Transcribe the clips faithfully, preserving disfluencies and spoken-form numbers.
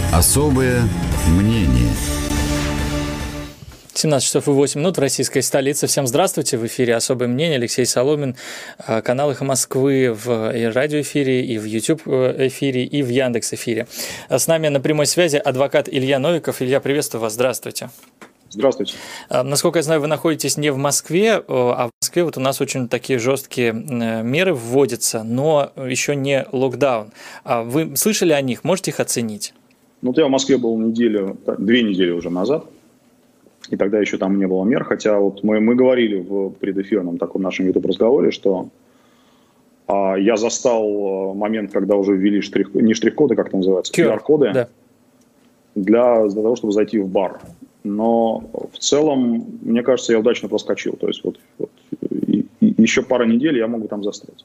Особое мнение. семнадцать часов и восемь минут в российской столице. Всем здравствуйте. В эфире «Особое мнение». Алексей Соломин. Канал «Эхо Москвы» в радиоэфире, и в YouTube-эфире, и в Яндекс.Эфире. С нами на прямой связи адвокат Илья Новиков. Илья, приветствую вас. Здравствуйте. Здравствуйте. Насколько я знаю, вы находитесь не в Москве, а в Москве вот у нас очень такие жесткие меры вводятся, но еще не локдаун. Вы слышали о них? Можете их оценить? Ну, вот я в Москве был неделю, две недели уже назад, и тогда еще там не было мер, хотя вот мы, мы говорили в предэфирном таком нашем YouTube-разговоре, что а, я застал момент, когда уже ввели штрих, не штрих-коды, как это называется, ку ар-коды, да, для, для того, чтобы зайти в бар. Но в целом, мне кажется, я удачно проскочил. То есть вот, вот и, и еще пара недель я могу там застрять.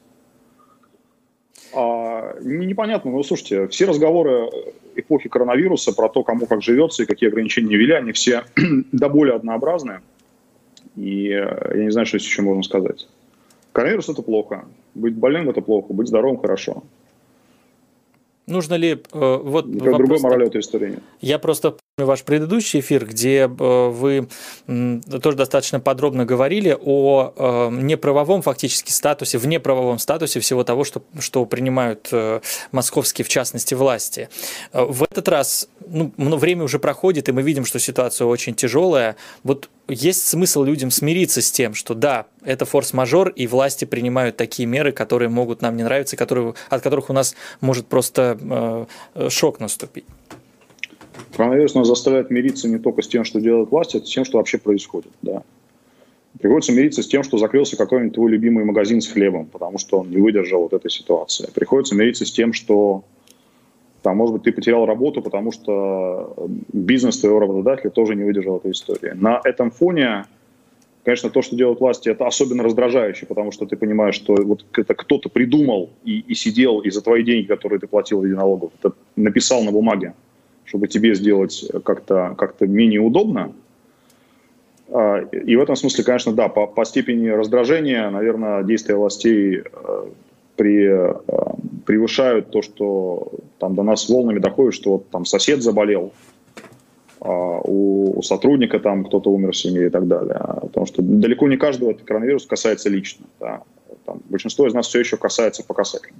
А, непонятно, ну слушайте, все разговоры эпохи коронавируса про то, кому как живется и какие ограничения ввели, они все до боли однообразны. И я не знаю, что еще можно сказать. Коронавирус – это плохо. Быть больным – это плохо. Быть здоровым – хорошо. Нужно ли... Э, вот Никакой другой морали этой истории нет. Я просто помню ваш предыдущий эфир, где э, вы э, тоже достаточно подробно говорили о э, неправовом фактически статусе, внеправовом статусе всего того, что, что принимают э, московские, в частности, власти. Э, в этот раз ну, время уже проходит, и мы видим, что ситуация очень тяжелая. Вот есть смысл людям смириться с тем, что да, это форс-мажор, и власти принимают такие меры, которые могут нам не нравиться, которые, от которых у нас может просто э, шок наступить. Коронавирус нас заставляет мириться не только с тем, что делают власти, а с тем, что вообще происходит. Да. Приходится мириться с тем, что закрылся какой-нибудь твой любимый магазин с хлебом, потому что он не выдержал вот этой ситуации. Приходится мириться с тем, что там, может быть, ты потерял работу, потому что бизнес твоего работодателя тоже не выдержал этой истории. На этом фоне, конечно, то, что делают власти, это особенно раздражающе, потому что ты понимаешь, что вот это кто-то придумал и, и сидел, и за твои деньги, которые ты платил в виде налогов, это написал на бумаге, чтобы тебе сделать как-то как-то менее удобно. И в этом смысле, конечно, да, по, по степени раздражения, наверное, действия властей при, превышают то, что там до нас волнами доходит, что вот там сосед заболел, у, у сотрудника там кто-то умер в семье и так далее. Потому что далеко не каждого этот коронавирус касается лично. Да. Там, большинство из нас все еще касается по касательному.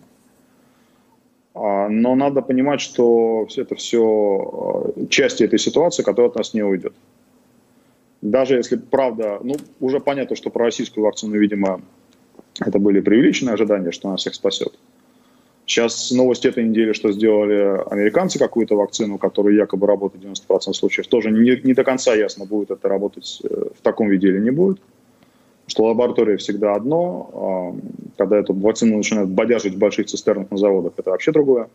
Но надо понимать, что это все части этой ситуации, которая от нас не уйдет. Даже если правда, ну, уже понятно, что про российскую вакцину, видимо, это были преувеличенные ожидания, что она всех спасет. Сейчас новость этой недели, что сделали американцы какую-то вакцину, которая якобы работает в девяноста процентах случаев, тоже не, не до конца ясно, будет это работать в таком виде или не будет. Потому что лаборатория всегда одно, когда эту вакцину начинают бодяжить в больших цистернах на заводах, это вообще другое.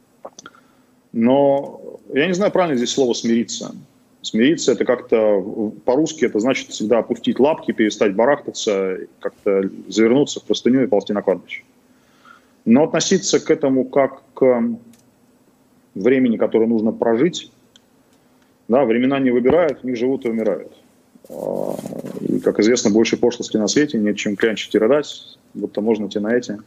Но я не знаю, правильно здесь слово «смириться». Смириться – это как-то по-русски, это значит всегда опустить лапки, перестать барахтаться, как-то завернуться в простыню и ползти на кладбище. Но относиться к этому как к времени, которое нужно прожить, да, времена не выбирают, в них живут и умирают. И, как известно, больше пошлости на свете, нет чем клянчить и рыдать, будто можно идти на эти.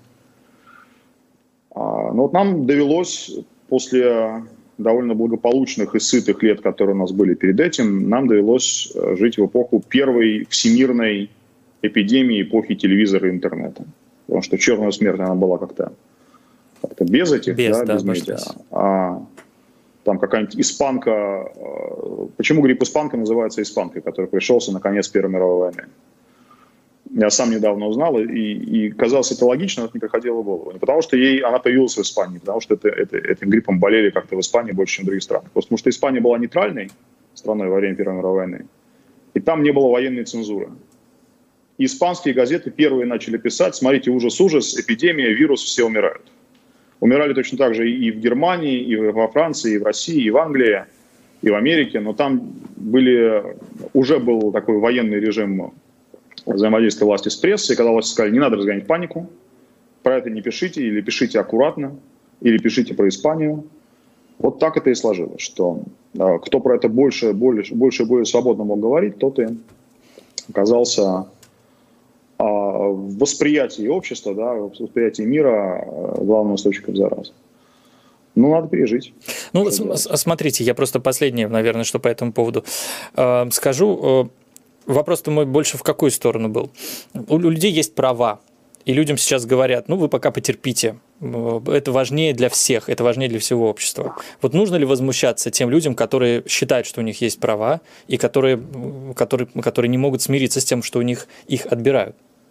Но вот нам довелось после довольно благополучных и сытых лет, которые у нас были перед этим, нам довелось жить в эпоху первой всемирной эпидемии эпохи телевизора и интернета. Потому что черная смерть, она была как-то как без этих, без, да, да, без медиа. А там какая-нибудь испанка... Почему грипп испанка называется испанкой, который пришелся на конец Первой мировой войны? Я сам недавно узнал, и, и казалось это логично, но это не приходило в голову. Не потому что ей, она появилась в Испании, потому что это, это, этим гриппом болели как-то в Испании больше, чем в других странах. Просто потому что Испания была нейтральной страной во время Первой мировой войны, и там не было военной цензуры. И испанские газеты первые начали писать: смотрите, ужас-ужас, эпидемия, вирус, все умирают. Умирали точно так же и в Германии, и во Франции, и в России, и в Англии, и в Америке, но там были, уже был такой военный режим взаимодействия власти с прессой, когда власти сказали: не надо разгонять панику, про это не пишите, или пишите аккуратно, или пишите про Испанию. Вот так это и сложилось, что э, кто про это больше, больше, больше и более свободно мог говорить, тот и оказался э, в восприятии общества, да, в восприятии мира э, главным источником заразы. Ну, надо пережить. Ну, смотрите, я просто последнее, наверное, что по этому поводу э, скажу. Вопрос-то мой больше в какую сторону был? У людей есть права, и людям сейчас говорят, ну, вы пока потерпите, это важнее для всех, это важнее для всего общества. Вот нужно ли возмущаться тем людям, которые считают, что у них есть права, и которые, которые, которые не могут смириться с тем, что у них их отбирают?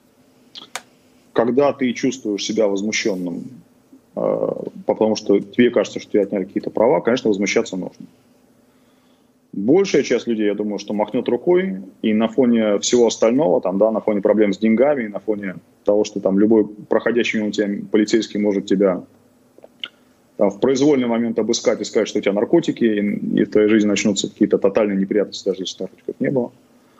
Когда ты чувствуешь себя возмущенным, потому что тебе кажется, что тебе отняли какие-то права, конечно, возмущаться нужно. Большая часть людей, я думаю, что махнет рукой, и на фоне всего остального, там, да, на фоне проблем с деньгами, на фоне того, что там любой проходящий мимо тебя полицейский может тебя там, в произвольный момент обыскать и сказать, что у тебя наркотики, и, и в твоей жизни начнутся какие-то тотальные неприятности, даже если наркотиков не было.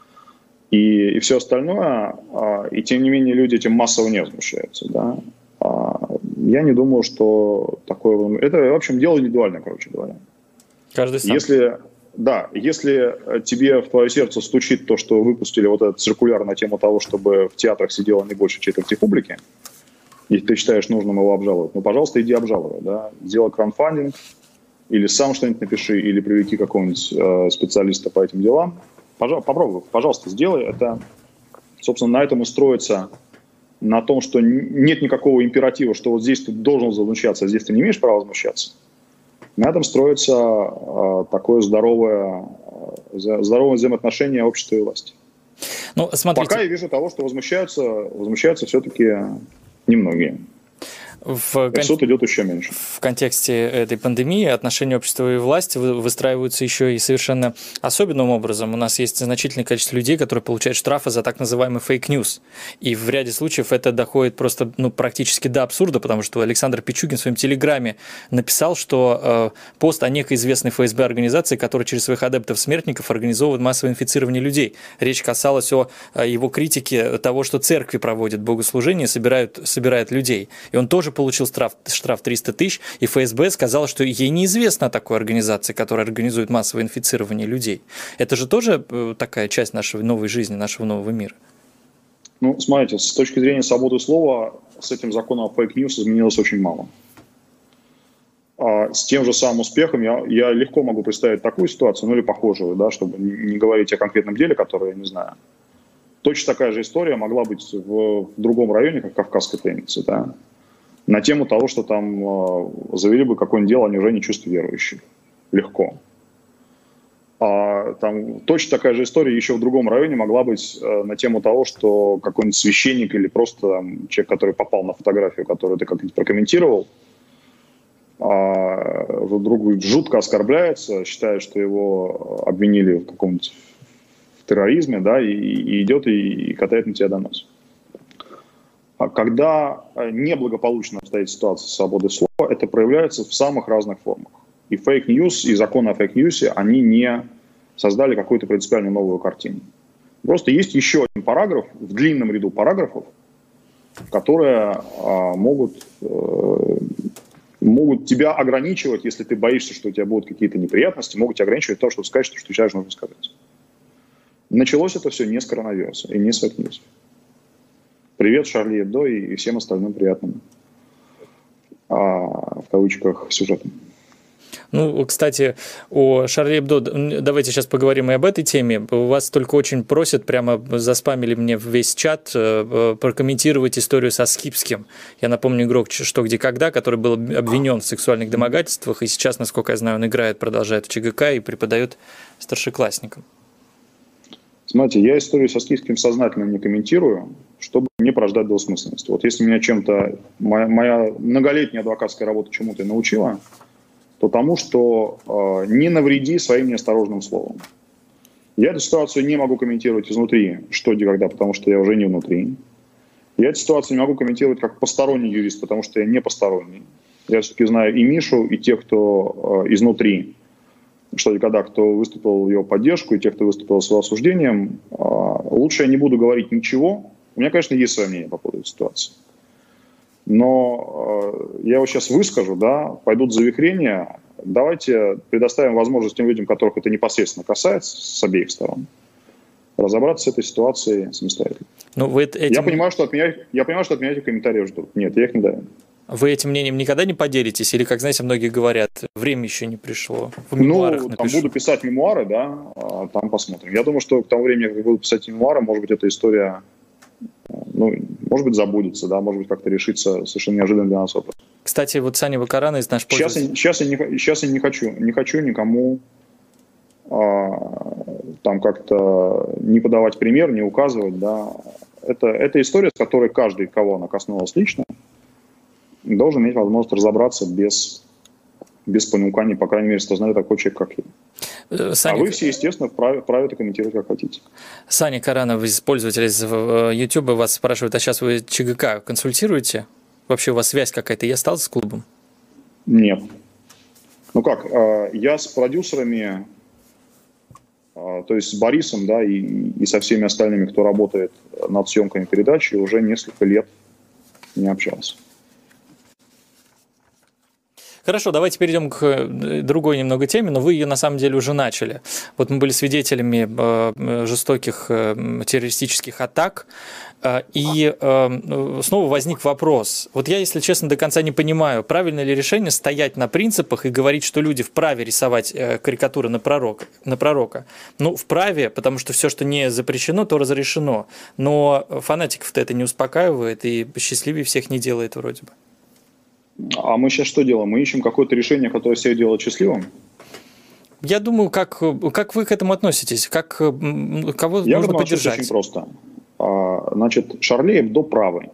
И, и все остальное, а, и тем не менее люди этим массово не возмущаются. Да? А, я не думаю, что такое... Это, в общем, дело индивидуальное, короче говоря. Каждый сам. Если... Да, если тебе в твое сердце стучит то, что выпустили вот этот циркуляр на тему того, чтобы в театрах сидело не больше четверти публики, и ты считаешь нужным его обжаловать, ну, пожалуйста, иди обжалуй. Да? Сделай краудфандинг, или сам что-нибудь напиши, или приведи какого-нибудь э, специалиста по этим делам. Пожалуйста, попробуй, пожалуйста, сделай. Это, собственно, на этом и строится, на том, что нет никакого императива, что вот здесь ты должен возмущаться, а здесь ты не имеешь права возмущаться. На этом строится э, такое здоровое, э, здоровое взаимоотношение общества и власти. Ну, смотрите. Пока я вижу того, что возмущаются, возмущаются все-таки немногие. В, кон... суд идет еще меньше. В контексте этой пандемии отношения общества и власти выстраиваются еще и совершенно особенным образом. У нас есть значительное количество людей, которые получают штрафы за так называемый фейк-ньюс. И в ряде случаев это доходит просто ну, практически до абсурда, потому что Александр Пичугин в своем телеграме написал, что э, пост о некой известной эф эс бэ организации, которая через своих адептов-смертников организовывает массовое инфицирование людей. Речь касалась о, о его критике того, что церкви проводят богослужения, собирают, собирают людей. И он тоже получил штраф, штраф триста тысяч, и эф эс бэ сказала, что ей неизвестно о такой организации, которая организует массовое инфицирование людей. Это же тоже такая часть нашей новой жизни, нашего нового мира. Ну, смотрите, с точки зрения свободы слова, с этим законом о фейк-ньюс изменилось очень мало. А с тем же самым успехом я, я легко могу представить такую ситуацию, ну или похожую, да, чтобы не говорить о конкретном деле, которое я не знаю. Точно такая же история могла быть в, в другом районе, как Кавказской пленницы, да, на тему того, что там э, завели бы какое-нибудь дело о неуважении чувств верующих. Легко. А там точно такая же история еще в другом районе могла быть э, на тему того, что какой-нибудь священник или просто там, человек, который попал на фотографию, которую ты как-нибудь прокомментировал, э, вдруг жутко оскорбляется, считает, что его обвинили в каком-нибудь в терроризме, да, и, и идет и, и катает на тебя донос. Когда неблагополучно обстоит ситуация с свободой слова, это проявляется в самых разных формах. И фейк-ньюс, и законы о фейк-ньюсе, они не создали какую-то принципиально новую картину. Просто есть еще один параграф в длинном ряду параграфов, которые а, могут, а, могут тебя ограничивать, если ты боишься, что у тебя будут какие-то неприятности, могут тебя ограничивать то, чтобы сказать, что, что сейчас нужно сказать. Началось это все не с коронавируса и не с фейк-ньюса. Привет Шарли Эбдо и всем остальным приятным, а, в кавычках, сюжетам. Ну, кстати, о Шарли Эбдо, давайте сейчас поговорим и об этой теме. У вас только очень просят, прямо заспамили мне весь чат, прокомментировать историю со Скипским. Я напомню, игрок «Что, где, когда», который был обвинен в сексуальных домогательствах, и сейчас, насколько я знаю, он играет, продолжает в ЧГК и преподает старшеклассникам. Смотрите, я историю со Скипским сознательно не комментирую, чтобы не порождать двусмысленность. Вот если меня чем-то, моя, моя многолетняя адвокатская работа чему-то научила, то тому, что э, не навреди своим неосторожным словом. Я эту ситуацию не могу комментировать изнутри, что где когда, потому что я уже не внутри. Я эту ситуацию не могу комментировать как посторонний юрист, потому что я не посторонний. Я все-таки знаю и Мишу, и тех, кто э, изнутри, что и когда, кто выступил в его поддержку, и тех, кто выступил с его осуждением. Э, лучше я не буду говорить ничего. У меня, конечно, есть свое мнение по поводу этой ситуации. Но э, я его сейчас выскажу, да, пойдут завихрения. Давайте предоставим возможность тем людям, которых это непосредственно касается, с обеих сторон, разобраться с этой ситуацией самостоятельно. Ну, вы этим... я, понимаю, что от меня, я понимаю, что от меня этих комментариев ждут. Нет, я их не даю. Вы этим мнением никогда не поделитесь? Или, как, знаете, многие говорят, время еще не пришло? В мемуарах ну, напишу. Там буду писать мемуары, да, там посмотрим. Я думаю, что к тому времени, как я буду писать мемуары, может быть, эта история, ну, может быть, забудется, да, может быть, как-то решится совершенно неожиданно для нас вопрос. Кстати, вот Саня Вакарана из нашей сейчас, я, сейчас, я не, сейчас я не хочу, не хочу никому а, там как-то не подавать пример, не указывать, да. Это, это история, с которой каждый, кого она коснулась лично, должен иметь возможность разобраться без, без понуканий, по крайней мере, если знает такой человек, как я. Саня... А вы все, естественно, вправе, вправе это комментировать, как хотите. Саня Каранов, пользователь из YouTube, вас спрашивает, а сейчас вы ЧГК консультируете? Вообще у вас связь какая-то? Я остался с клубом? Нет. Ну как, я с продюсерами, то есть с Борисом, да, и, и со всеми остальными, кто работает над съемками передачи, уже несколько лет не общался. Хорошо, давайте перейдем к другой немного теме, но вы ее на самом деле уже начали. Вот мы были свидетелями э, жестоких э, террористических атак, э, и э, снова возник вопрос. Вот я, если честно, до конца не понимаю, правильно ли решение стоять на принципах и говорить, что люди вправе рисовать э, карикатуры на пророка, на пророка. Ну, вправе, потому что все, что не запрещено, то разрешено. Но фанатиков-то это не успокаивает и счастливее всех не делает вроде бы. А мы сейчас что делаем? Мы ищем какое-то решение, которое всех делает счастливым? Я думаю, как, как вы к этому относитесь? Как, кого Я нужно поддержать? Очень просто. Значит, Шарли Эбдо правы.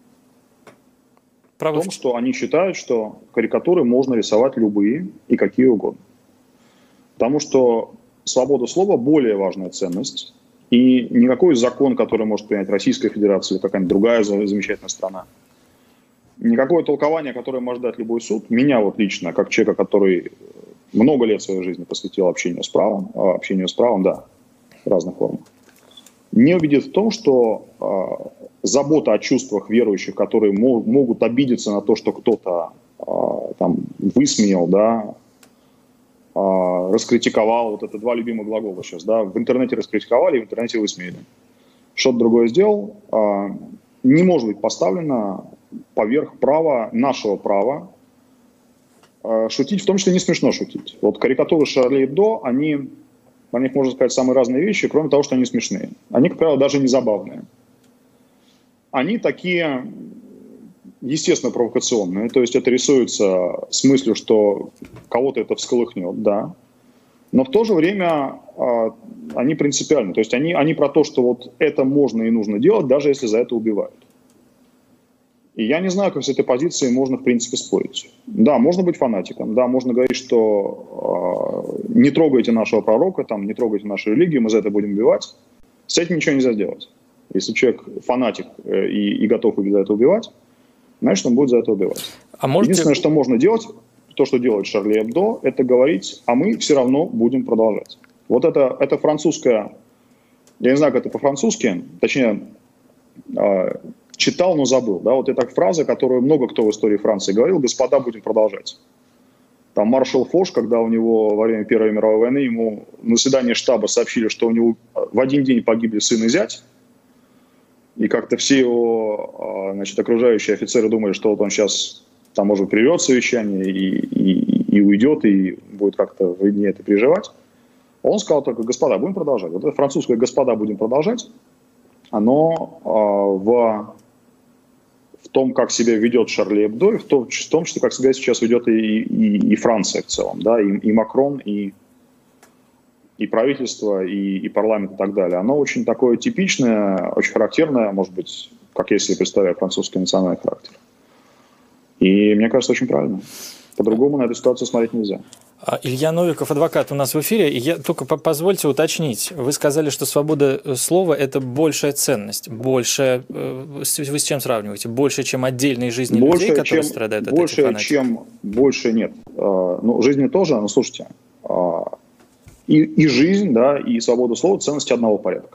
Правы в том, что они считают, что карикатуры можно рисовать любые и какие угодно. Потому что свобода слова более важная ценность. И никакой закон, который может принять Российская Федерация или какая-нибудь другая замечательная страна, никакое толкование, которое может дать любой суд, меня вот лично, как человека, который много лет своей жизни посвятил общению с правом, общению с правом, да, в разных формах, не убедит в том, что э, забота о чувствах верующих, которые мог, могут обидеться на то, что кто-то э, там высмеял, да, э, раскритиковал, вот это два любимых глагола сейчас, да, в интернете раскритиковали, в интернете высмеяли. Что-то другое сделал, э, не может быть поставлено поверх права, нашего права, э, шутить, в том числе не смешно шутить. Вот карикатуры Шарли Эбдо, они, о них можно сказать самые разные вещи, кроме того, что они смешные. Они, как правило, даже не забавные. Они такие, естественно, провокационные, то есть это рисуется с мыслью, что кого-то это всколыхнет, да, но в то же время э, они принципиальны, то есть они, они про то, что вот это можно и нужно делать, даже если за это убивают. И я не знаю, как с этой позицией можно, в принципе, спорить. Да, можно быть фанатиком, да, можно говорить, что э, не трогайте нашего пророка, там, не трогайте нашу религию, мы за это будем убивать. С этим ничего нельзя сделать. Если человек фанатик э, и, и готов за это убивать, значит, он будет за это убивать. А можете... Единственное, что можно делать, то, что делает Шарли Эбдо, это говорить, а мы все равно будем продолжать. Вот это, это французская, я не знаю, как это по-французски, точнее, э, читал, но забыл. Да? Вот эта фраза, которую много кто в истории Франции говорил: «Господа, будем продолжать». Там маршал Фош, когда у него во время Первой мировой войны ему на заседании штаба сообщили, что у него в один день погибли сын и зять, и как-то все его, значит, окружающие офицеры думали, что вот он сейчас там, может быть, прервет совещание и, и, и уйдет, и будет как-то в дне это переживать. Он сказал только: «Господа, будем продолжать». Вот это французское «господа, будем продолжать», оно э, в... в том, как себя ведет Шарли Эбдо, и в том, в том числе, как себя сейчас ведет и, и, и Франция в целом, да, и, и Макрон, и, и правительство, и, и парламент и так далее. Оно очень такое типичное, очень характерное, может быть, как я себе представляю, французский национальный характер. И мне кажется, очень правильно. По-другому на эту ситуацию смотреть нельзя. Илья Новиков, адвокат, у нас в эфире. И я только позвольте уточнить. Вы сказали, что свобода слова – это большая ценность. Больше, вы с чем сравниваете? Больше, чем отдельные жизни больше, людей, которые чем, страдают от больше, этих фанатиков? Чем, больше нет. Ну, жизни тоже, но слушайте. И, и жизнь, да, и свобода слова – ценности одного порядка.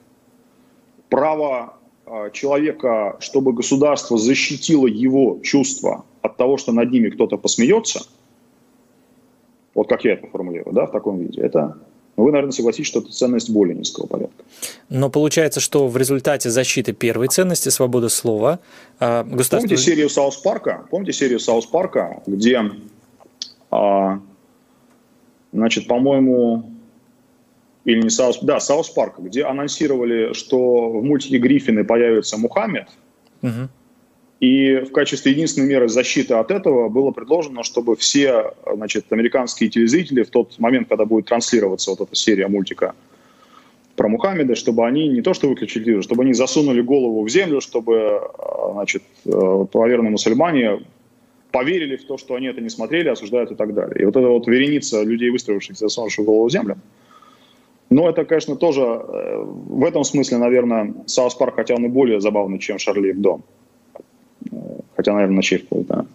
Право человека, чтобы государство защитило его чувства от того, что над ними кто-то посмеется, вот как я это формулирую, да, в таком виде, это, Но вы, наверное, согласитесь, что это ценность более низкого порядка. Но получается, что в результате защиты первой ценности, свободы слова, государство... Помните серию Саус Парка? Помните серию Саус Парка, где, а, значит, по-моему, или не Саус... Да, Саус Парка, где анонсировали, что в мультике «Гриффины» появится Мухаммед, угу. И в качестве единственной меры защиты от этого было предложено, чтобы все, значит, американские телезрители в тот момент, когда будет транслироваться вот эта серия мультика про Мухаммеда, чтобы они не то что выключили телевизор, чтобы они засунули голову в землю, чтобы, значит, правоверные мусульмане поверили в то, что они это не смотрели, осуждают и так далее. И вот эта вот вереница людей, выстроившихся, засунувших голову в землю. Но это, конечно, тоже в этом смысле, наверное, Саус Парк, хотя он и более забавный, чем Шарли Эбдо. Хотя, наверное, на чеху, да.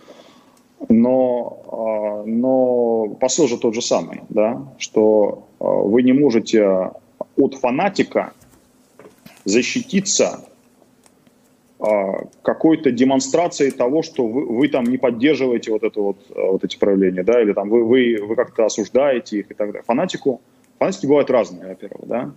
Но, но посыл же тот же самый, да, что вы не можете от фанатика защититься какой-то демонстрацией того, что вы, вы там не поддерживаете вот, это вот, вот эти проявления, да, или там вы, вы, вы как-то осуждаете их и так далее. Фанатику, фанатики бывают разные, во-первых, да.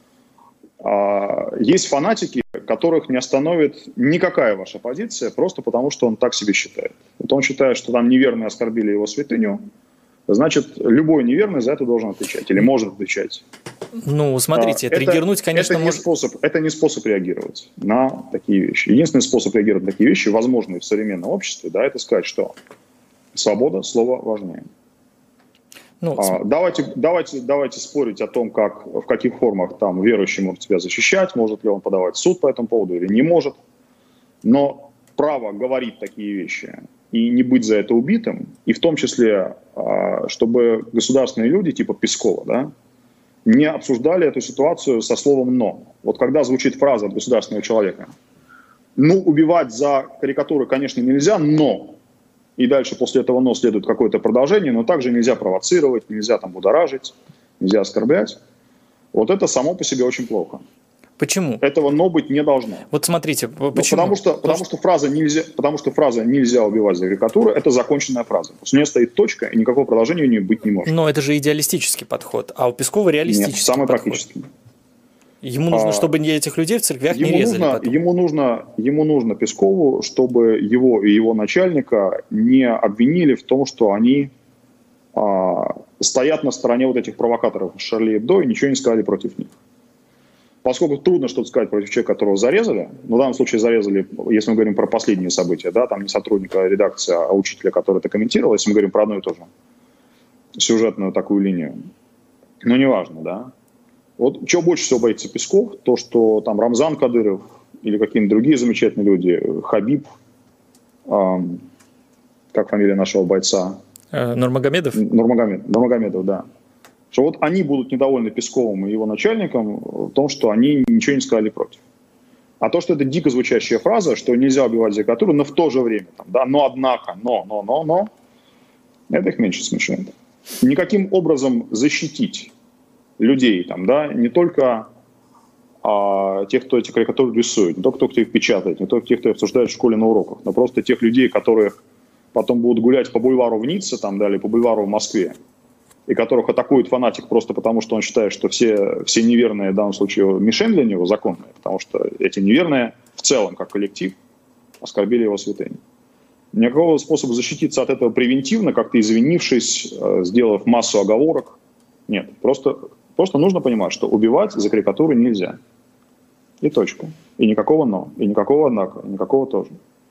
Есть фанатики, которых не остановит никакая ваша позиция, просто потому что он так себе считает. Вот он считает, что там неверные оскорбили его святыню, значит, любой неверный за это должен отвечать или может отвечать. Ну, смотрите, это, триггернуть, конечно, это не, может... способ, это не способ реагировать на такие вещи. Единственный способ реагировать на такие вещи, возможные в современном обществе, да, это сказать, что свобода слова важнее. Ну, а, давайте, давайте, давайте спорить о том, как, в каких формах там верующий может себя защищать, может ли он подавать в суд по этому поводу или не может. Но право говорить такие вещи и не быть за это убитым, и в том числе, а, чтобы государственные люди типа Пескова, да, не обсуждали эту ситуацию со словом «но». Вот когда звучит фраза от государственного человека, ну, убивать за карикатуры, конечно, нельзя, но... И дальше после этого «но» следует какое-то продолжение, но также нельзя провоцировать, нельзя там будоражить, нельзя оскорблять. Вот это само по себе очень плохо. Почему? Этого «но» быть не должно. Вот смотрите, почему? Потому что, потому, потому, что фраза нельзя, потому что фраза «нельзя убивать за карикатуру» — это законченная фраза. После нее стоит точка, и никакого продолжения у нее быть не может. Но это же идеалистический подход, а у Пескова реалистический Нет, самый подход. практический. Ему нужно, чтобы этих людей в церквях ему не резали нужно, потом. Ему нужно, ему нужно Пескову, чтобы его и его начальника не обвинили в том, что они а, стоят на стороне вот этих провокаторов Шарли Эбдо и ничего не сказали против них. Поскольку трудно что-то сказать против человека, которого зарезали, но в данном случае зарезали, если мы говорим про последние события, да, там не сотрудника редакции, а учителя, который это комментировал, если мы говорим про одну и ту же сюжетную такую линию. Но неважно, да. Вот чего больше всего боится Песков, то, что там Рамзан Кадыров или какие-нибудь другие замечательные люди, Хабиб, эм, как фамилия нашего бойца? Э, Нурмагомедов? Нурмагомед, Нурмагомедов, да. Что вот они будут недовольны Песковым и его начальником в том, что они ничего не сказали против. А то, что это дико звучащая фраза, что нельзя убивать за карикатуру, но в то же время, там, да, но однако, но, но, но, но, это их меньше смущает. Никаким образом защитить людей, там, да, не только а, тех, кто эти карикатуры рисует, не только кто их печатает, не только тех, кто их обсуждает в школе на уроках, но просто тех людей, которые потом будут гулять по бульвару в Ницце, там, да, или по бульвару в Москве, и которых атакует фанатик просто потому, что он считает, что все, все неверные, в данном случае, мишень для него законная, потому что эти неверные в целом, как коллектив, оскорбили его святыню. Никакого способа защититься от этого превентивно, как-то извинившись, сделав массу оговорок, нет. Просто, просто нужно понимать, что убивать за карикатуру нельзя. И точка. И никакого «но», и никакого «однако», и никакого «тоже».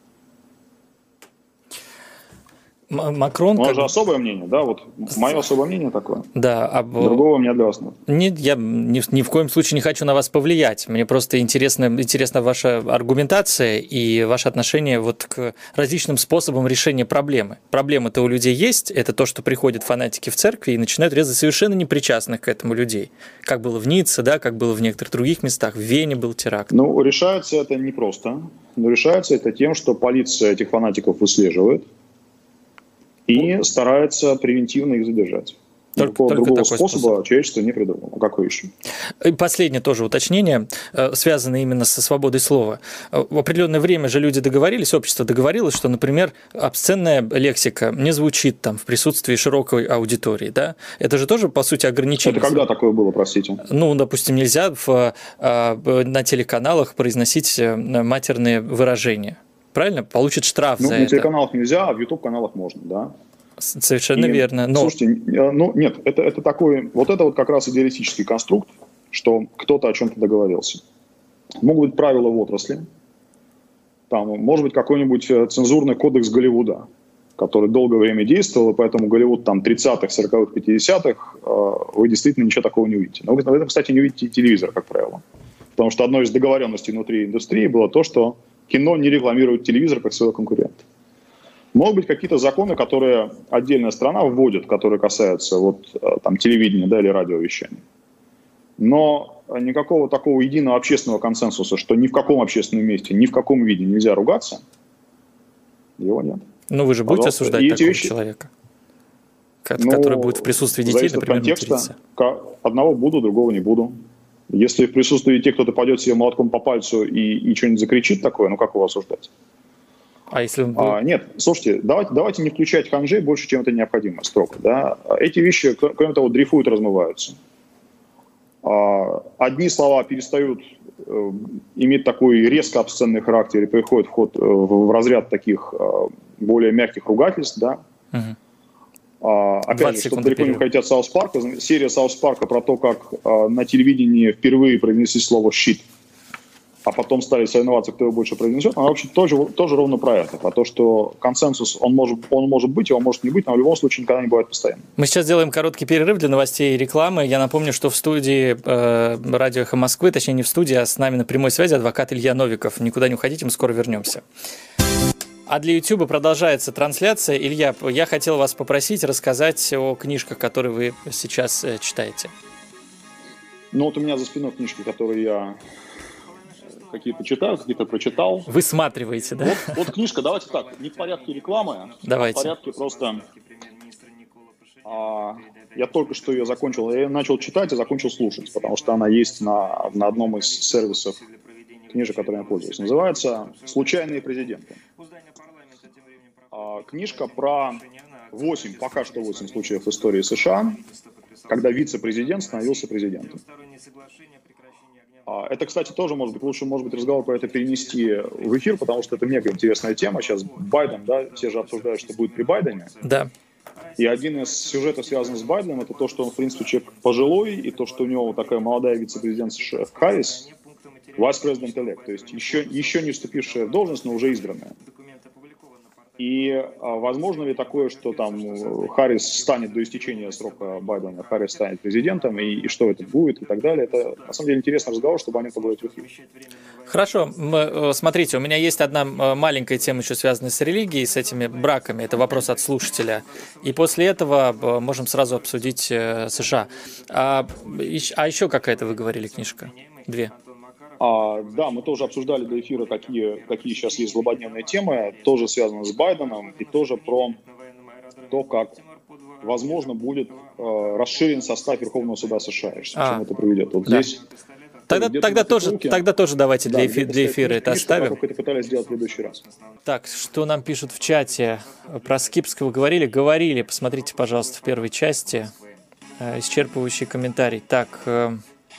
Макрон... У нас как... же особое мнение, да, вот мое особое мнение такое. Да, а... Другого у меня для вас нет. Нет, я ни, ни в коем случае не хочу на вас повлиять. Мне просто интересна, интересна ваша аргументация и ваше отношение вот к различным способам решения проблемы. Проблема-то у людей есть, это то, что приходят фанатики в церкви и начинают резать совершенно непричастных к этому людей. Как было в Ницце, да, как было в некоторых других местах, в Вене был теракт. Ну, решается это непросто, но решается это тем, что полиция этих фанатиков выслеживает и старается превентивно их задержать. Только, Никакого только другого такой способа способ. человечество не придумало. Какой еще? И последнее тоже уточнение, связанное именно со свободой слова. В определенное время же люди договорились, общество договорилось, что, например, обсценная лексика не звучит там в присутствии широкой аудитории. Да? Это же тоже, по сути, ограничение. Это когда такое было, простите? Ну, допустим, нельзя в, на телеканалах произносить матерные выражения. Правильно? Получит штраф ну, за на это. На телеканалах нельзя, а в YouTube-каналах можно, да. Совершенно и, верно. Но... Слушайте, ну нет, это, это такой, вот это вот как раз идеалистический конструкт, что кто-то о чем-то договорился. Могут быть правила в отрасли, там, может быть какой-нибудь цензурный кодекс Голливуда, который долгое время действовал, и поэтому Голливуд там тридцатых, сороковых, пятидесятых, вы действительно ничего такого не увидите. Но вы, в этом, кстати, не увидите телевизор, как правило. Потому что одной из договоренностей внутри индустрии было то, что кино не рекламирует телевизор как своего конкурента. Могут быть какие-то законы, которые отдельная страна вводит, которые касаются вот, там, телевидения, да, или радиовещания. Но никакого такого единого общественного консенсуса, что ни в каком общественном месте, ни в каком виде нельзя ругаться, его нет. Ну вы же будете Пожалуйста. осуждать и такого вещи... человека, который ну, будет в присутствии детей, например, контекста. Одного буду, другого не буду. Если в присутствии детей кто-то пойдет себе молотком по пальцу и, и что-нибудь закричит такое, ну как его осуждать? А если... а, нет, слушайте, давайте, давайте не включать ханжей больше, чем это необходимо, строго. Да? Эти вещи, кроме того, дрейфуют, размываются. А, одни слова перестают э, иметь такой резко обсценный характер и переходят в, ход, э, в разряд таких э, более мягких ругательств. Да? Угу. А, опять же, чтобы далеко не уходить от Саус Парка, серия Саус Парка про то, как э, на телевидении впервые произнесли слово «щит», а потом стали соревноваться, кто его больше произнесет, она вообще тоже, тоже ровно про это. Про то, что консенсус, он может, он может быть, его может не быть, но в любом случае никогда не бывает постоянно. Мы сейчас делаем короткий перерыв для новостей и рекламы. Я напомню, что в студии э, Радио Эхо Москвы, точнее не в студии, а с нами на прямой связи адвокат Илья Новиков. Никуда не уходите, мы скоро вернемся. А для YouTube продолжается трансляция. Илья, я хотел вас попросить рассказать о книжках, которые вы сейчас э, читаете. Ну вот у меня за спиной книжки, которые я... какие-то читаю, какие-то прочитал. Высматриваете, да? Вот, вот книжка, давайте так, не в порядке рекламы, давайте. А в порядке просто... А, я только что ее закончил, я начал читать и закончил слушать, потому что она есть на, на одном из сервисов книжек, которыми я пользуюсь. Называется «Случайные президенты». А, книжка про восемь, пока что восемь случаев в истории США, когда вице-президент становился президентом. Это, кстати, тоже, может быть, лучше, может быть, разговор про это перенести в эфир, потому что это мега интересная тема. Сейчас Байден, да, все же обсуждают, что будет при Байдене. Да. И один из сюжетов, связанных с Байденом, это то, что он, в принципе, человек пожилой, и то, что у него такая молодая вице-президент США Харрис, vice-president-elect, то есть еще, еще не вступившая в должность, но уже избранная. И а, возможно ли такое, что там Харрис станет до истечения срока Байдена, Харрис станет президентом, и, и что это будет, и так далее. Это, на самом деле, интересный разговор, чтобы о нем поговорить в эфире. Хорошо. Смотрите, у меня есть одна маленькая тема, еще связанная с религией, с этими браками. Это вопрос от слушателя. И после этого можем сразу обсудить США. А, а еще какая-то, вы говорили, книжка? Две. А, да, мы тоже обсуждали до эфира, какие, какие сейчас есть злободневные темы, тоже связаны с Байденом, и тоже про то, как, возможно, будет э, расширен состав Верховного суда США, к чему а, это приведет. Вот да. здесь... Тогда, тогда, тоже, тогда тоже давайте для, да, эфи, для эфира это оставим. Как это пытались сделать в следующий раз. Так, что нам пишут в чате? Про Скипского говорили? Говорили. Посмотрите, пожалуйста, в первой части. Э, исчерпывающий комментарий. Так... Э,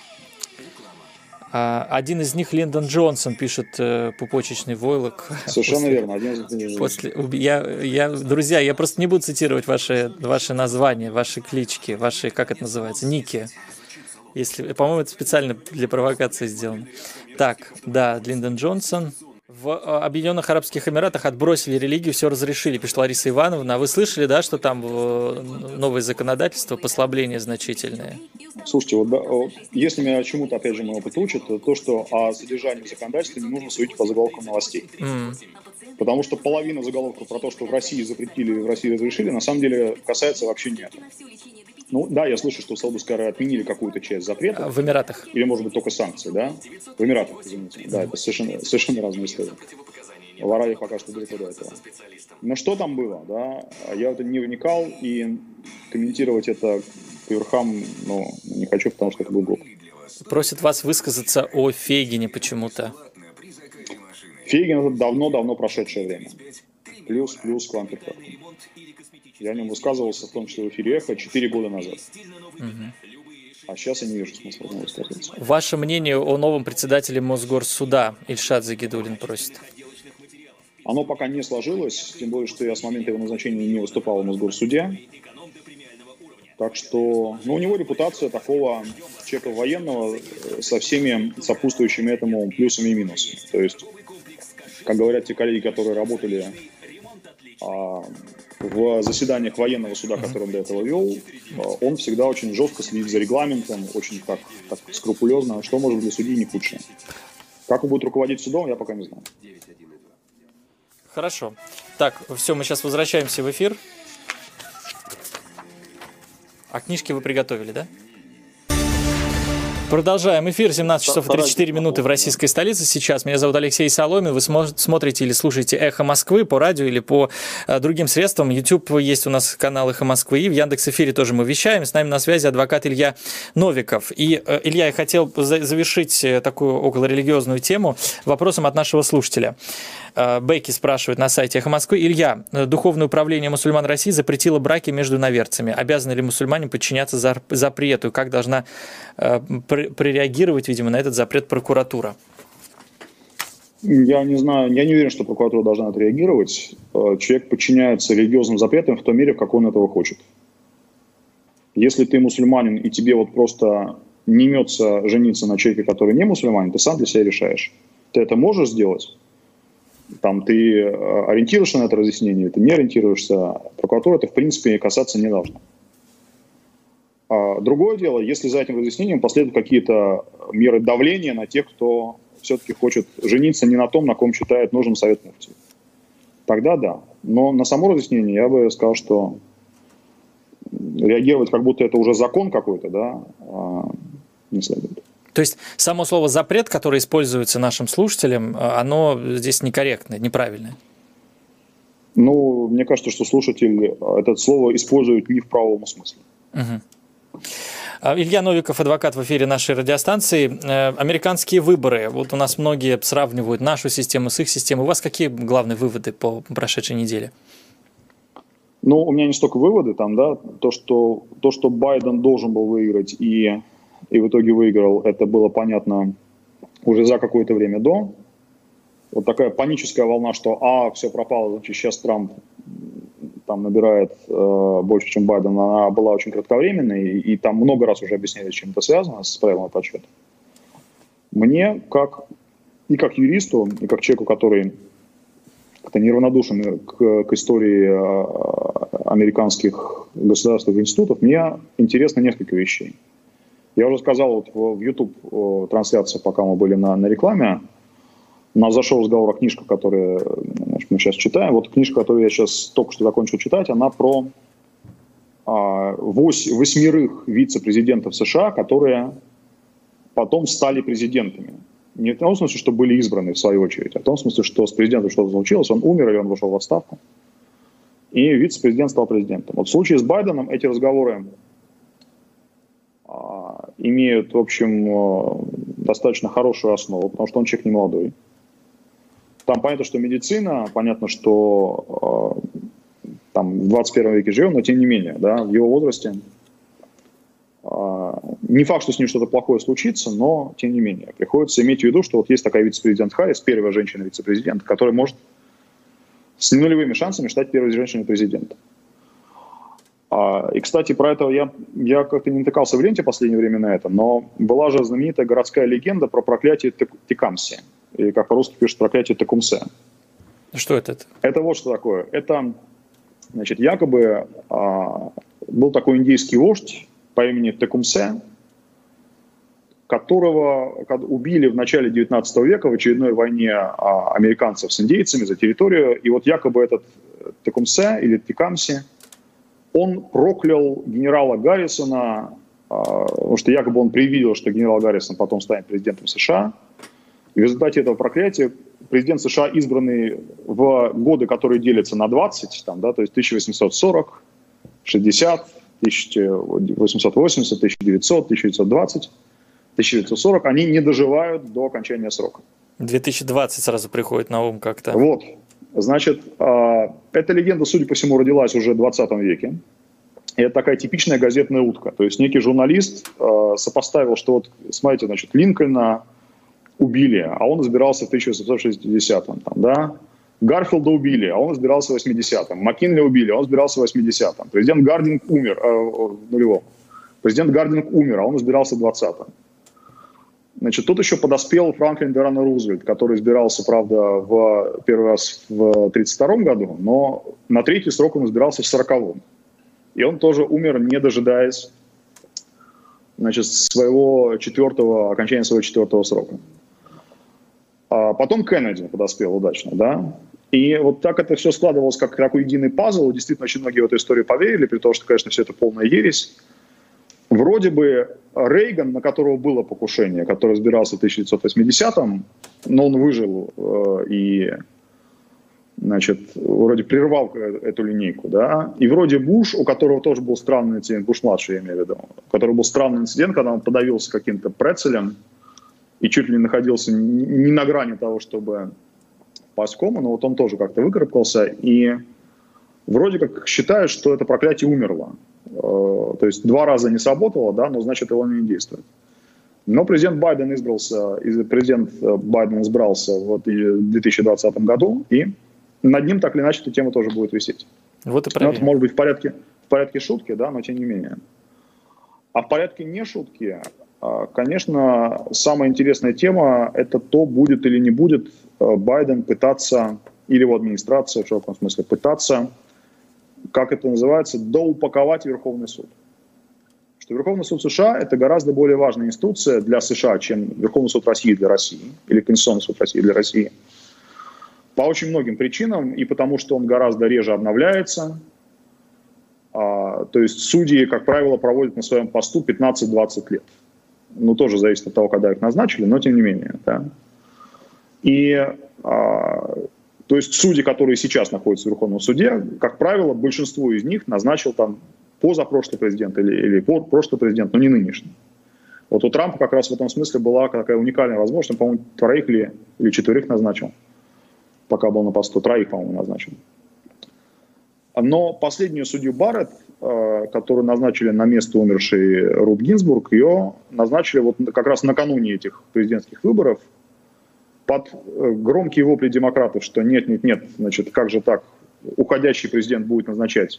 Один из них Линдон Джонсон, пишет э, пупочечный войлок. Совершенно после, верно. Один из... после, я, я, друзья, я просто не буду цитировать ваши, ваши названия, ваши клички, ваши, как это называется, ники. Если, по-моему, это специально для провокации сделано. Так, да, Линдон Джонсон. В Объединенных Арабских Эмиратах отбросили религию, все разрешили, пишет Лариса Ивановна. А вы слышали, да, что там новое законодательство, послабления значительные? Слушайте, вот, да, вот если меня чему-то, опять же, мой опыт учит, то то, что о содержании законодательства не нужно судить по заголовкам новостей. Mm. Потому что половина заголовков про то, что в России запретили, в России разрешили, на самом деле касается вообще не этого. Ну да, я слышу, что в Саудовской Аравии отменили какую-то часть запретов. В Эмиратах. Или, может быть, только санкции, да? В Эмиратах, извините. Да, это совершенно, совершенно разные истории. В Аравии пока что далеко до этого. Но что там было, да? Я в это не вникал, и комментировать это по верхам, ну, не хочу, потому что это был глупо. Просят вас высказаться о Фейгине почему-то. Фейгин — это давно-давно прошедшее время. Плюс, плюс к Ламперту. Я о нем высказывался, в том числе в эфире «Эхо», четыре года назад. Угу. А сейчас я не вижу смысла в нем высказываться. Ваше мнение о новом председателе Мосгорсуда? Ильшат Загидуллин просит. Оно пока не сложилось, тем более, что я с момента его назначения не выступал в Мосгорсуде. Так что, ну, у него репутация такого человека военного со всеми сопутствующими этому плюсами и минусами. То есть, как говорят те коллеги, которые работали а, в заседаниях военного суда, который он до этого вел, он всегда очень жестко следит за регламентом, очень так, так скрупулезно, что может для судьи не худшее. Как он будет руководить судом, я пока не знаю. Хорошо. Так, все, мы сейчас возвращаемся в эфир. А книжки вы приготовили, да? Продолжаем эфир. семнадцать часов и тридцать четыре минуты в российской столице сейчас. Меня зовут Алексей Соломин. Вы смотрите или слушаете «Эхо Москвы» по радио или по э, другим средствам. YouTube есть у нас канал «Эхо Москвы». И в Яндекс.Эфире тоже мы вещаем. С нами на связи адвокат Илья Новиков. И, э, Илья, я хотел завершить такую околорелигиозную тему вопросом от нашего слушателя. Э, Бекки спрашивает на сайте «Эхо Москвы». Илья, Духовное управление мусульман России запретило браки между иноверцами. Обязаны ли мусульмане подчиняться запрету? И как должна э, прореагировать, видимо, на этот запрет прокуратура? Я не знаю, я не уверен, что прокуратура должна отреагировать. Человек подчиняется религиозным запретам в той мере, в какой он этого хочет. Если ты мусульманин, и тебе вот просто не имется жениться на человеке, который не мусульманин, ты сам для себя решаешь. Ты это можешь сделать? Там, ты ориентируешься на это разъяснение, ты не ориентируешься. Прокуратура это, в принципе, касаться не должна. Другое дело, если за этим разъяснением последуют какие-то меры давления на тех, кто все-таки хочет жениться не на том, на ком считает нужным совет муфти. Тогда да. Но на само разъяснение я бы сказал, что реагировать, как будто это уже закон какой-то, да, не следует. То есть само слово «запрет», которое используется нашим слушателям, оно здесь некорректное, неправильное? Ну, мне кажется, что слушатель это слово использует не в правовом смысле. Угу. Илья Новиков, адвокат в эфире нашей радиостанции. Американские выборы. Вот у нас многие сравнивают нашу систему с их системой. У вас какие главные выводы по прошедшей неделе? Ну, у меня не столько выводы там, да, то, что, то, что Байден должен был выиграть и, и в итоге выиграл, это было понятно уже за какое-то время до. Вот такая паническая волна, что а, все пропало, значит, сейчас Трамп там набирает э, больше, чем Байден, она была очень кратковременной, и, и там много раз уже объясняли, с чем это связано, с правилами подсчета. Мне, как и как юристу, и как человеку, который как-то неравнодушен к, к истории э, американских государственных институтов, мне интересно несколько вещей. Я уже сказал вот в, в YouTube-трансляции, пока мы были на, на рекламе, у нас зашел разговор о книжках, которые значит, мы сейчас читаем. Вот книжка, которую я сейчас только что закончил читать, она про а, вось, восьмерых вице-президентов США, которые потом стали президентами. Не в том смысле, что были избраны в свою очередь, а в том смысле, что с президентом что-то случилось, он умер или он вышел в отставку, и вице-президент стал президентом. Вот в случае с Байденом эти разговоры а, имеют, в общем, достаточно хорошую основу, потому что он человек не молодой. Там понятно, что медицина, понятно, что э, там в двадцать первом веке живем, но тем не менее, да, в его возрасте э, не факт, что с ним что-то плохое случится, но тем не менее приходится иметь в виду, что вот есть такая вице-президент Харрис, первая женщина-вице-президент, которая может с нулевыми шансами стать первой женщиной-президентом. И, кстати, про это я, я как-то не натыкался в ленте в последнее время на это, но была же знаменитая городская легенда про проклятие Текамси, или как по-русски пишут проклятие Текумсе. Что это? Это вот что такое. Это, значит, якобы а, был такой индейский вождь по имени Текумсе, которого убили в начале девятнадцатого века в очередной войне а, американцев с индейцами за территорию. И вот якобы этот Текумсе или Текамси, он проклял генерала Гаррисона, потому что якобы он предвидел, что генерал Гаррисон потом станет президентом США, В результате этого проклятия президент США, избранный в годы, которые делятся на двадцать, там, да, то есть тысяча восемьсот сорок, шестьдесят, тысяча восемьсот восемьдесят, тысяча девятьсот, тысяча девятьсот двадцать, тысяча девятьсот сорок, они не доживают до окончания срока. две тысячи двадцать сразу приходит на ум как-то. Вот. Значит, эта легенда, судя по всему, родилась уже в двадцатом веке. И это такая типичная газетная утка. То есть некий журналист сопоставил, что вот, смотрите, значит, Линкольна убили, а он избирался в тысяча восемьсот шестидесятом. Там, да? Гарфилда убили, а он избирался в восьмидесятом. Маккинли убили, а он избирался в восьмидесятом. Президент Гардинг умер, э, в нулевом. Президент Гардинг умер, а он избирался в двадцатом. Значит, тут еще подоспел Франклин Делано Рузвельт, который избирался, правда, в первый раз в тридцать втором году, но на третий срок он избирался в сороковом. И он тоже умер, не дожидаясь, значит, своего четвертого, окончания своего четвертого срока. А потом Кеннеди подоспел удачно, да. И вот так это все складывалось как такой единый пазл. Действительно, очень многие в эту историю поверили, при том, что, конечно, все это полная ересь. Вроде бы Рейган, на которого было покушение, который избирался в тысяча девятьсот восьмидесятом, но он выжил э, и, значит, вроде прервал эту линейку, да. И вроде Буш, у которого тоже был странный инцидент, Буш-младший, я имею в виду, у которого был странный инцидент, когда он подавился каким-то прецелем и чуть ли не находился не на грани того, чтобы пасть в кому, но вот он тоже как-то выкарабкался, и вроде как считают, что это проклятие умерло. То есть два раза не сработало, да, но значит его не действует. Но президент Байден избрался, президент Байден избрался вот в две тысячи двадцатом году, и над ним так или иначе эта тема тоже будет висеть. Вот и ну, это может быть в порядке, в порядке шутки, да, но тем не менее. А в порядке не шутки, конечно, самая интересная тема – это то, будет или не будет Байден пытаться, или его администрация, в широком смысле, пытаться, как это называется, доупаковать Верховный суд. Что Верховный суд США – это гораздо более важная институция для США, чем Верховный суд России для России, или Конституционный суд России для России. По очень многим причинам, и потому что он гораздо реже обновляется. А, то есть судьи, как правило, проводят на своем посту пятнадцать-двадцать лет. Ну, тоже зависит от того, когда их назначили, но тем не менее. Да. И, а, то есть судьи, которые сейчас находятся в Верховном суде, как правило, большинство из них назначил там позапрошлый президент или, или прошлый президент, но не нынешний. Вот у Трампа как раз в этом смысле была такая уникальная возможность, он, по-моему, троих или, или четверых назначил, пока был на посту, троих, по-моему, назначил. Но последнюю судью Барретт, которую назначили на место умершей Рут Гинзбург, ее назначили вот как раз накануне этих президентских выборов под громкие вопли демократов, что нет, нет, нет, значит, как же так, уходящий президент будет назначать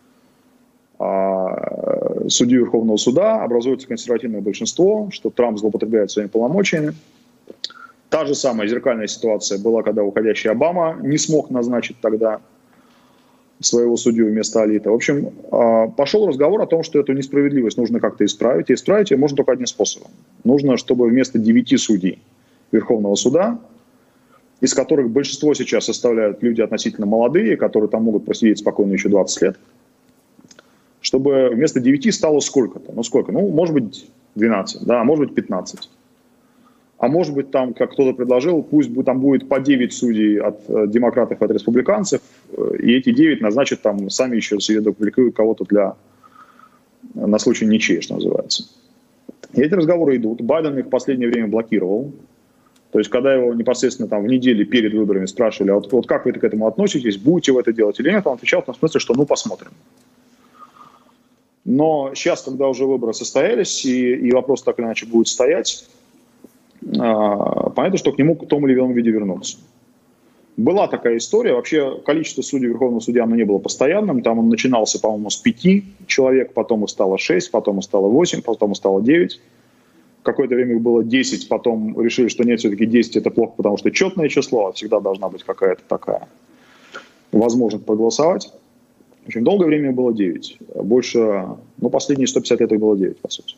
а, судью Верховного суда, образуется консервативное большинство, что Трамп злоупотребляет своими полномочиями. Та же самая зеркальная ситуация была, когда уходящий Обама не смог назначить тогда своего судью вместо Алита. В общем, пошел разговор о том, что эту несправедливость нужно как-то исправить. И исправить ее можно только одним способом. Нужно, чтобы вместо девяти судей Верховного суда, из которых большинство сейчас составляют люди относительно молодые, которые там могут просидеть спокойно еще двадцать лет, чтобы вместо девяти стало сколько-то. Ну, сколько? Ну, может быть, двенадцать, да, а может быть, пятнадцать. А может быть, там, как кто-то предложил, пусть там будет по девять судей от э, демократов и от республиканцев, э, и эти девять назначат там, сами еще себе допубликуют кого-то для, на случай ничьей, что называется. И эти разговоры идут. Байден их в последнее время блокировал. То есть, когда его непосредственно там в неделе перед выборами спрашивали, а вот, вот как вы к этому относитесь, будете вы это делать или нет, он отвечал в том смысле, что ну посмотрим. Но сейчас, когда уже выборы состоялись, и, и вопрос так или иначе будет стоять, понятно, что к нему в том или ином виде вернуться. Была такая история. Вообще количество судей Верховного судьи оно не было постоянным. Там он начинался, по-моему, с пяти человек, потом их стало шесть, потом их стало восемь, потом их стало девять. Какое-то время их было десять, потом решили, что нет, все-таки десять это плохо, потому что четное число, а всегда должна быть какая-то такая возможность проголосовать. В общем, долгое время было девять. Больше, ну, последние сто пятьдесят лет их было девять, по сути.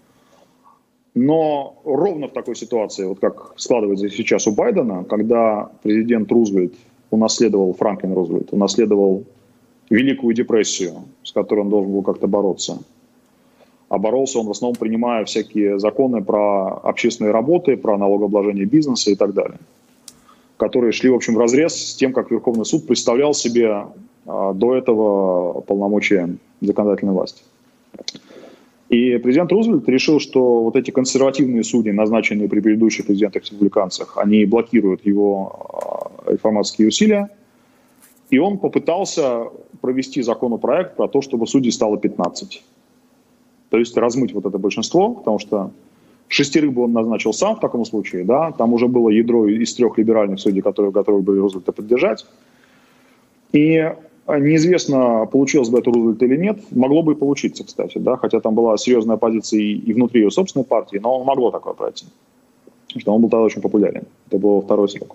Но ровно в такой ситуации, вот как складывается сейчас у Байдена, когда президент Рузвельт унаследовал, Франклин Рузвельт, унаследовал Великую депрессию, с которой он должен был как-то бороться, А боролся он в основном, принимая всякие законы про общественные работы, про налогообложение бизнеса и так далее, которые шли, в общем, вразрез с тем, как Верховный суд представлял себе а, до этого полномочия законодательной власти. И президент Рузвельт решил, что вот эти консервативные судьи, назначенные при предыдущих президентах-республиканцах, они блокируют его а, реформаторские усилия. И он попытался провести законопроект про то, чтобы судей стало пятнадцать. То есть размыть вот это большинство, потому что шестерых бы он назначил сам в таком случае, да, там уже было ядро из трех либеральных судей, которые готовы были Рузвельта поддержать. И неизвестно, получилось бы это Рузвельт или нет, могло бы и получиться, кстати, да, хотя там была серьезная позиция и внутри ее собственной партии, но могло такое пройти, потому что он был тогда очень популярен, это был его второй срок.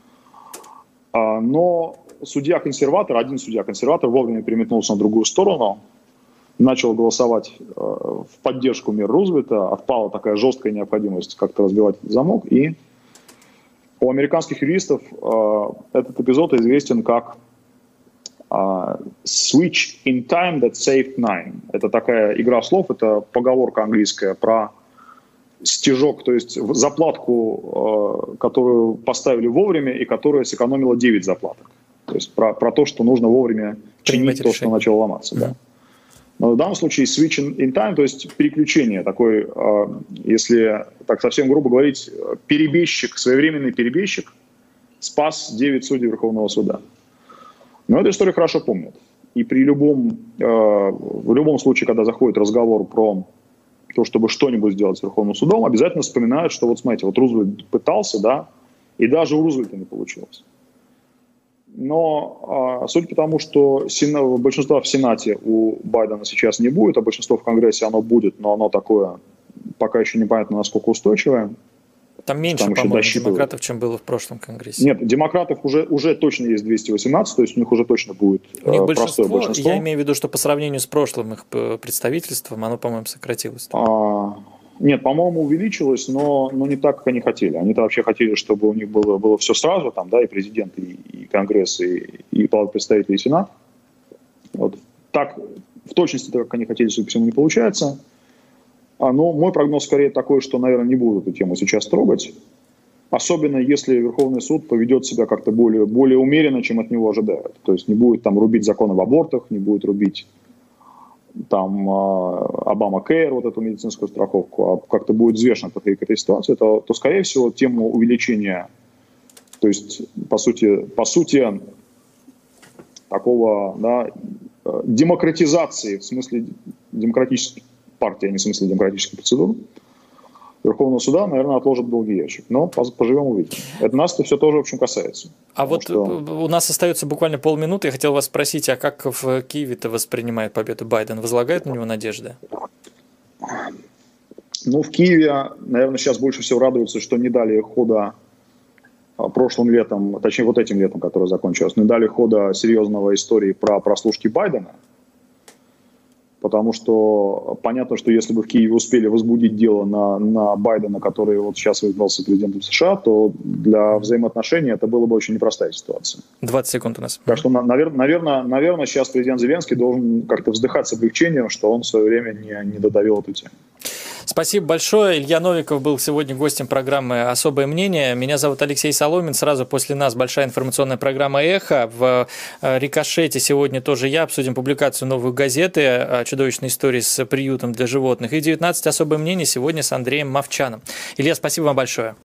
Но судья-консерватор, один судья-консерватор вовремя переметнулся на другую сторону, начал голосовать э, в поддержку мер Рузвельта, отпала такая жесткая необходимость как-то разбивать этот замок, и у американских юристов э, этот эпизод известен как э, «switch in time that saved nine». Это такая игра слов, это поговорка английская про стежок, то есть заплатку, э, которую поставили вовремя и которая сэкономила девять заплаток. То есть про, про то, что нужно вовремя чинить то, что начало ломаться. Mm-hmm. Да. Но в данном случае switch in time, то есть переключение, такой, если так совсем грубо говорить, перебежчик, своевременный перебежчик спас девять судей Верховного суда. Но эту историю хорошо помнят. И при любом, в любом случае, когда заходит разговор про то, чтобы что-нибудь сделать с Верховным судом, обязательно вспоминают, что вот смотрите, вот Рузвельт пытался, да, и даже у Рузвельта не получилось. Но а, судя по тому, что сена, большинства в Сенате у Байдена сейчас не будет, а большинство в Конгрессе оно будет, но оно такое пока еще непонятно, насколько устойчивое. Там меньше, по-моему, демократов, чем было в прошлом Конгрессе. Нет, демократов уже, уже точно есть двести восемнадцать, то есть у них уже точно будет у них простое большинство, большинство. Я имею в виду, что по сравнению с прошлым их представительством, оно, по-моему, сократилось. А, нет, по-моему, увеличилось, но, но не так, как они хотели. Они-то вообще хотели, чтобы у них было, было все сразу, там, да, и президент, и, и Конгресс, и, и Палата представителей, и Сенат. Вот так, в точности, так, как они хотели, судя по всему, не получается. А, но мой прогноз скорее такой, что, наверное, не будут эту тему сейчас трогать. Особенно если Верховный суд поведет себя как-то более, более умеренно, чем от него ожидают. То есть не будет там рубить закон об абортах, не будет рубить там Обама Кэр, вот эту медицинскую страховку, а как-то будет взвешенно подходить к этой ситуации, то, то, скорее всего, тему увеличения, то есть, по сути, по сути такого, да, демократизации, в смысле демократической партии, а не в смысле демократической процедуры, Верховного суда, наверное, отложат в долгий ящик. Но поживем, увидим. Это нас-то все тоже, в общем, касается. А вот что... у нас остается буквально полминуты. Я хотел вас спросить, а как в Киеве-то воспринимает победу Байден? Возлагает на него надежды? Ну, в Киеве, наверное, сейчас больше всего радуются, что не дали хода прошлым летом, точнее, вот этим летом, которое закончилось, не дали хода серьезного истории про прослушки Байдена. Потому что понятно, что если бы в Киеве успели возбудить дело на, на Байдена, который вот сейчас избрался президентом США, то для взаимоотношений это была бы очень непростая ситуация. двадцать секунд у нас. Так что, наверное, наверное, наверное сейчас президент Зеленский должен как-то вздыхать с облегчением, что он в свое время не, не додавил эту тему. Спасибо большое. Илья Новиков был сегодня гостем программы «Особое мнение». Меня зовут Алексей Соломин. Сразу после нас большая информационная программа «Эхо». В «Рикошете» сегодня тоже я. Обсудим публикацию новой газеты «Чудовищные истории с приютом для животных». И девятнадцать «Особое мнение» сегодня с Андреем Мовчаном. Илья, спасибо вам большое.